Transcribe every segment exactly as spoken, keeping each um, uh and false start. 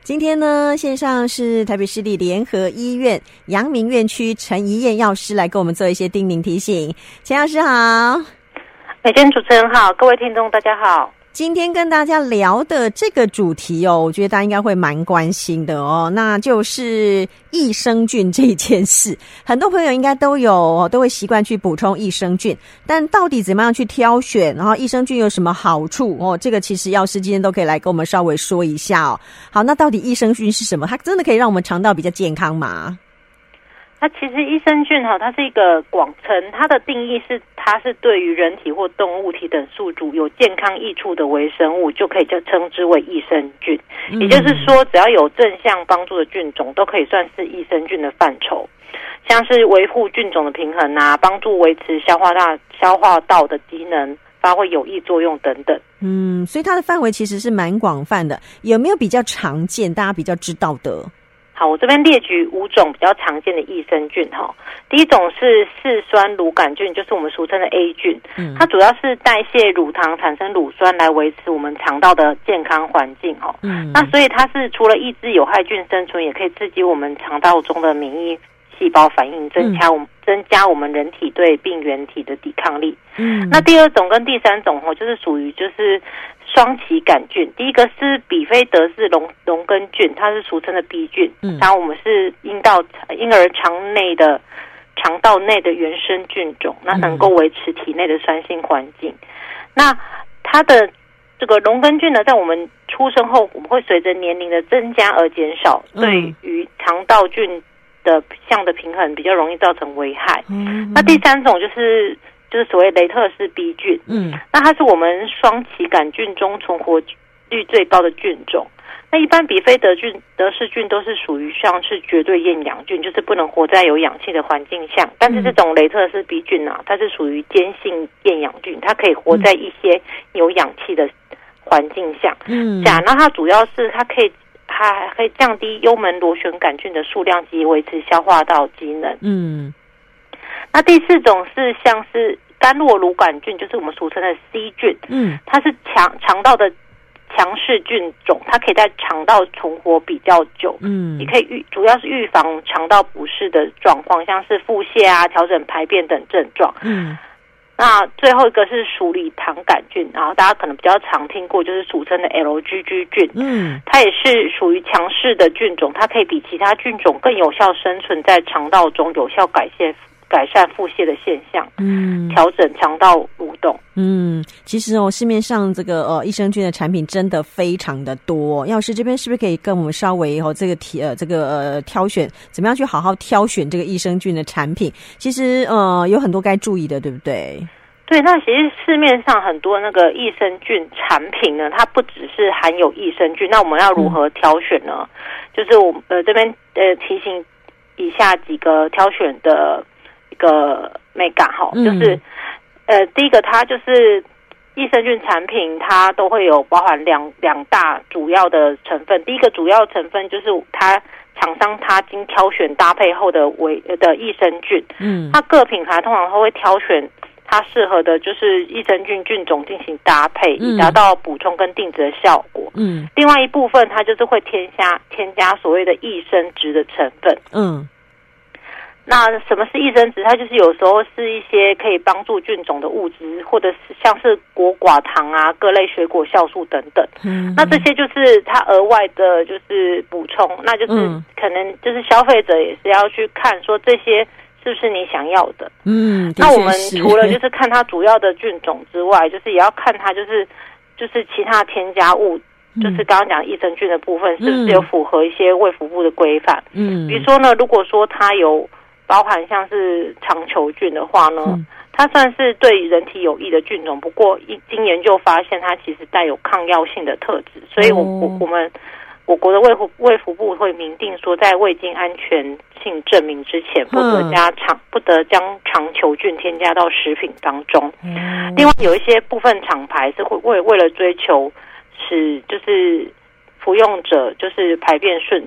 今天呢，线上是台北市立联合医院阳明院区陈怡燕药师来跟我们做一些叮咛提醒。陈药师好。 美娟主持人好，各位听众大家好。 今天跟大家聊的这个主题哦，我觉得大家应该会蛮关心的哦，那就是益生菌这件事。很多朋友应该都有都会习惯去补充益生菌，但到底怎么样去挑选，然后益生菌有什么好处哦？这个其实药师今天都可以来跟我们稍微说一下哦。好，那到底益生菌是什么？它真的可以让我们肠道比较健康吗？ 它其实益生菌哈，它是一个广称，它的定义是它是对于人体或动物体等宿主有健康益处的微生物，就可以就称之为益生菌。嗯、也就是说，只要有正向帮助的菌种，都可以算是益生菌的范畴。像是维护菌种的平衡啊，帮助维持消化道消化道的机能，发挥有益作用等等。 嗯，所以它的范围其实是蛮广泛的。有没有比较常见，大家比较知道的？ 好，我这边列举五种比较常见的益生菌哈。第一种是四酸乳杆菌，就是我们俗称的 A 菌，嗯、它主要是代谢乳糖产生乳酸来维持我们肠道的健康环境哈。嗯，那所以它是除了抑制有害菌生存，也可以刺激我们肠道中的免疫细胞反应，增加我们、嗯、增加我们人体对病原体的抵抗力。嗯，那第二种跟第三种哈，就是属于就是双歧杆菌。第一个是比菲德氏龙龙根菌，它是俗称的 B 菌，嗯，然后我们是阴道婴儿肠内的肠道内的原生菌种，那能够维持体内的酸性环境。嗯、那它的这个龙根菌呢，在我们出生后，我们会随着年龄的增加而减少，嗯、对于肠道菌的相的平衡比较容易造成危害。嗯、那第三种就是就是所谓雷特氏 B 菌，嗯，那它是我们双歧杆菌中存活率最高的菌种。那一般比菲德菌、德氏菌都是属于像是绝对厌氧菌，就是不能活在有氧气的环境下。但是这种雷特氏 B 菌啊，它是属于坚性厌氧菌，它可以活在一些有氧气的环境下。嗯，这样，那它主要是它可以。它还可以降低幽门螺旋杆菌的数量及维持消化道机能。嗯，那第四种是像是甘洛乳杆菌，就是我们俗称的 C 菌。嗯，它是强肠道的强势菌种，它可以在肠道存活比较久。嗯，也可以预主要是预防肠道不适的状况，像是腹泻啊、调整排便等症状。嗯。那最后一个是鼠李糖杆菌，然后大家可能比较常听过，就是俗称的 L G G 菌。嗯，它也是属于强势的菌种，它可以比其他菌种更有效生存在肠道中，有效改善改善腹泻的现象。嗯，调整肠道蠕动。 嗯，其实哦，市面上这个呃益生菌的产品真的非常的多。药师这边是不是可以跟我们稍微哦这个题呃这个呃挑选，怎么样去好好挑选这个益生菌的产品？其实呃有很多该注意的，对不对？ 对，那其实市面上很多那个益生菌产品呢，它不只是含有益生菌，那我们要如何挑选呢？嗯、就是我呃这边呃提醒以下几个挑选的一个美感哈，嗯、就是呃第一个它就是益生菌产品，它都会有包含两两大主要的成分。第一个主要成分就是它厂商它经挑选搭配后的为的益生菌，嗯，它各品牌通常都会挑选它适合的就是益生菌菌种进行搭配，以达到补充跟定植的效果。嗯，另外一部分它就是会添加添加所谓的益生质的成分。嗯，那什么是益生质？它就是有时候是一些可以帮助菌种的物质，或者是像是果寡糖啊、各类水果酵素等等。嗯，那这些就是它额外的就是补充，那就是可能就是消费者也是要去看说这些是不是你想要的。嗯，那我们除了就是看它主要的菌种之外，就是也要看它就是就是其他添加物，就是刚刚讲益生菌的部分是不是有符合一些卫福部的规范。嗯，比如说呢，如果说它有包含像是肠球菌的话呢，嗯、它算是对人体有益的菌种，不过经研究发现它其实带有抗药性的特质，所以我我我们我国的卫福卫福部会明定说，在未经安全性证明之前，不得加肠、嗯、不得将肠球菌添加到食品当中。嗯、另外有一些部分厂牌是会为为了追求使就是服用者就是排便顺畅。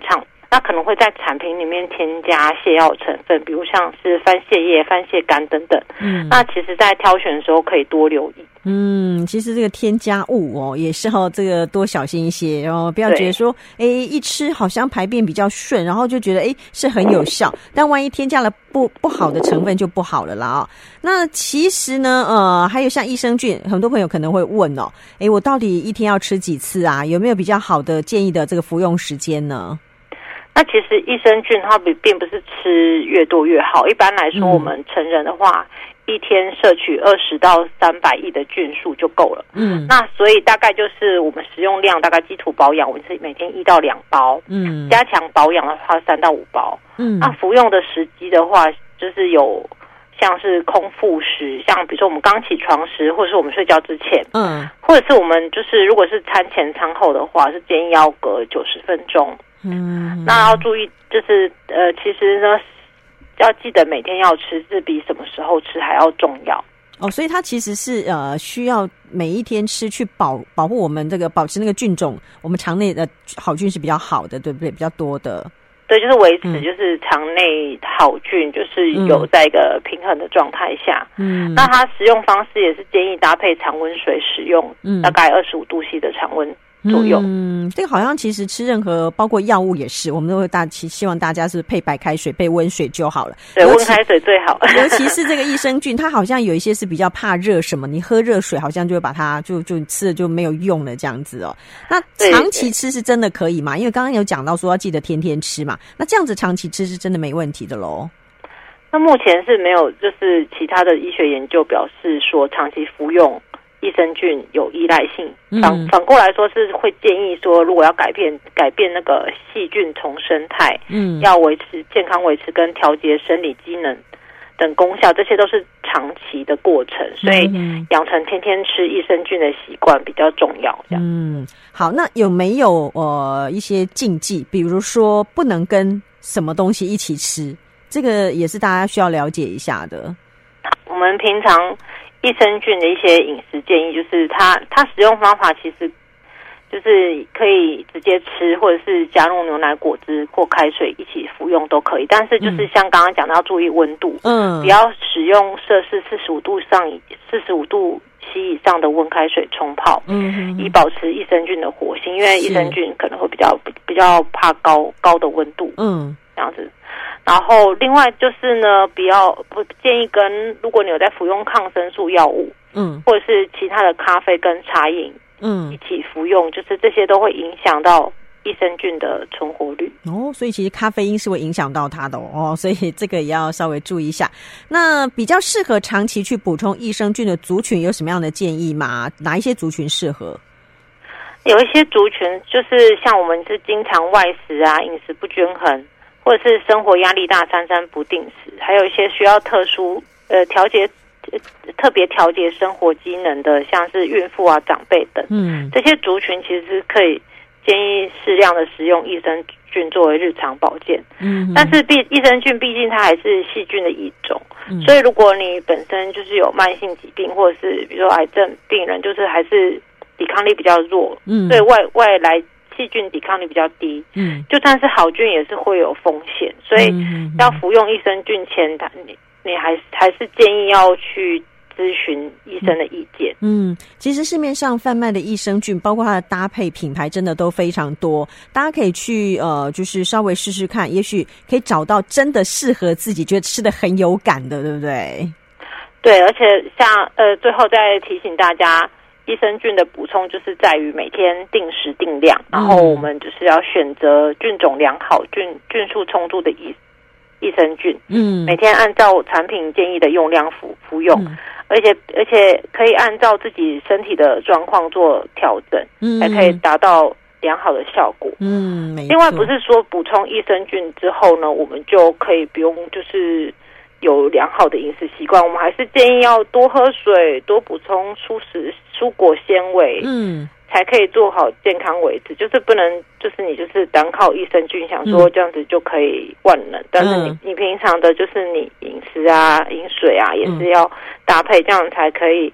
那可能会在产品里面添加泻药成分，比如像是番泻叶、番泻干等等。嗯，那其实在挑选的时候可以多留意。 嗯，其实这个添加物哦，也是要这个多小心一些，然后不要觉得说，哎，一吃好像排便比较顺，然后就觉得哎是很有效，但万一添加了不不好的成分就不好了啦啊、哦。那其实呢，呃，还有像益生菌，很多朋友可能会问哦，哎，我到底一天要吃几次啊？有没有比较好的建议的这个服用时间呢？ 那其实益生菌它并不是吃越多越好，一般来说，我们成人的话。嗯一天摄取二十到三百亿的菌数就够了。嗯，那所以大概就是我们食用量大概基础保养，我们是每天一到两包。嗯，加强保养的话三到五包。嗯，那服用的时机的话，就是有像是空腹时，像比如说我们刚起床时，或者是我们睡觉之前。嗯，或者是我们就是如果是餐前餐后的话，是建议要隔九十分钟。嗯，那要注意就是呃，其实呢。要记得每天要吃，是比什么时候吃还要重要哦。所以它其实是呃需要每一天吃，去保保护我们这个保持那个菌种，我们肠内的好菌是比较好的，对不对？比较多的。 对，就是维持就是肠内好菌，就是有在一个平衡的状态下。嗯，那它食用方式也是建议搭配常温水使用，嗯，大概二十五度 C 的常温。左右。 嗯，这个好像其实吃任何包括药物也是，我们都会大希望大家是配白开水、配温水就好了。 对，温开水最好。 尤其是这个益生菌，它好像有一些是比较怕热，什么你喝热水好像就会把它就就吃了就没有用了这样子哦。那长期吃是真的可以吗？因为刚刚有讲到说要记得天天吃嘛，那这样子长期吃是真的没问题的咯。 那目前是没有，就是其他的医学研究表示说长期服用益生菌有依赖性，反反过来说是会建议说，如果要改变改变那个细菌重生态，嗯，要维持健康维持跟调节生理机能等功效，这些都是长期的过程，所以养成天天吃益生菌的习惯比较重要。 嗯，好，那有没有呃一些禁忌，比如说不能跟什么东西一起吃？这个也是大家需要了解一下的。 我们平常益生菌的一些饮食建议，就是它它使用方法其实就是可以直接吃，或者是加入牛奶、果汁或开水一起服用都可以。但是就是像刚刚讲的，要注意温度，嗯，不要使用摄氏四十五度上四十五度 C 以上的温开水冲泡，嗯，以保持益生菌的活性，因为益生菌可能会比较比较怕高高的温度，嗯，这样子。然后另外就是呢，不要不建议跟如果你有在服用抗生素药物，嗯，或者是其他的咖啡跟茶饮，嗯，一起服用，就是这些都会影响到益生菌的存活率。 哦，所以其实咖啡因是会影响到它的哦，所以这个也要稍微注意一下。那比较适合长期去补充益生菌的族群有什么样的建议吗？哪一些族群适合？ 有一些族群就是像我们是经常外食啊，饮食不均衡，或者是生活压力大、三餐不定时，还有一些需要特殊呃调节、呃、特别调节生活机能的，像是孕妇啊、长辈等，嗯，这些族群其实是可以建议适量的食用益生菌作为日常保健。嗯，但是毕益生菌毕竟它还是细菌的一种，嗯，所以如果你本身就是有慢性疾病，或者是比如说癌症病人，就是还是抵抗力比较弱，嗯，对外外来细菌抵抗力比较低，嗯，就算是好菌也是会有风险，所以要服用益生菌前，你你还是还是建议要去咨询医生的意见。 嗯，其实市面上贩卖的益生菌，包括它的搭配品牌，真的都非常多，大家可以去呃，就是稍微试试看，也许可以找到真的适合自己，觉得吃得很有感的，对不对？ 对，而且像呃，最后再提醒大家。益生菌的补充就是在于每天定时定量，然后我们就是要选择菌种良好、菌菌数充足的益益生菌，嗯，每天按照产品建议的用量服服用，嗯，而且而且可以按照自己身体的状况做调整，嗯，才可以达到良好的效果。嗯，没错。另外不是说补充益生菌之后呢，我们就可以不用就是有良好的饮食习惯，我们还是建议要多喝水，多补充蔬食、蔬果纤维，嗯，才可以做好健康维持。就是不能，就是你就是单靠益生菌，想说这样子就可以万能，嗯，但是你你平常的，就是你饮食啊、饮水啊，也是要搭配，这样才可以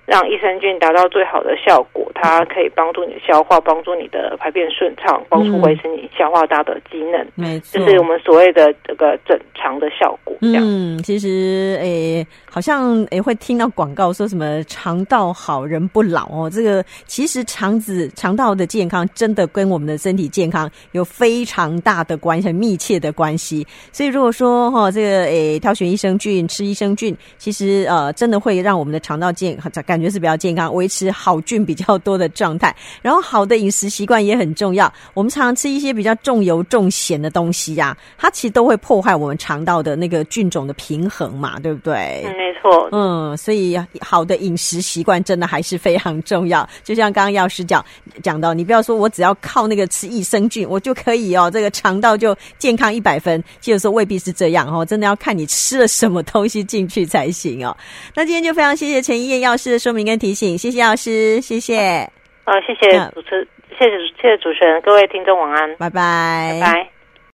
让益生菌达到最好的效果。它可以帮助你的消化，帮助你的排便顺畅，帮助维持你消化道的机能。 没错， 就是我们所谓的这个整肠的效果。这样嗯，其实诶，好像诶会听到广告说什么肠道好人不老哦，这个其实肠子肠道的健康真的跟我们的身体健康有非常大的关系，很密切的关系。所以如果说哈、哦、这个诶挑选益生菌，吃益生菌，其实呃真的会让我们的肠道健感觉是比较健康，维持好菌比较多的状态。然后好的饮食习惯也很重要，我们常常吃一些比较重油重咸的东西呀、啊，它其实都会破坏我们肠道的那个菌种的平衡嘛，对不对？ 嗯，没错。 嗯，所以好的饮食习惯真的还是非常重要。就像刚刚药师讲讲到，你不要说我只要靠那个吃益生菌我就可以哦，这个肠道就健康一百分，其实说未必是这样哦，真的要看你吃了什么东西进去才行哦。那今天就非常谢谢陈一燕药师的说明跟提醒，谢谢药师，谢谢。 呃，谢谢主持，谢谢谢谢主持人，各位听众晚安， 拜拜， 拜拜。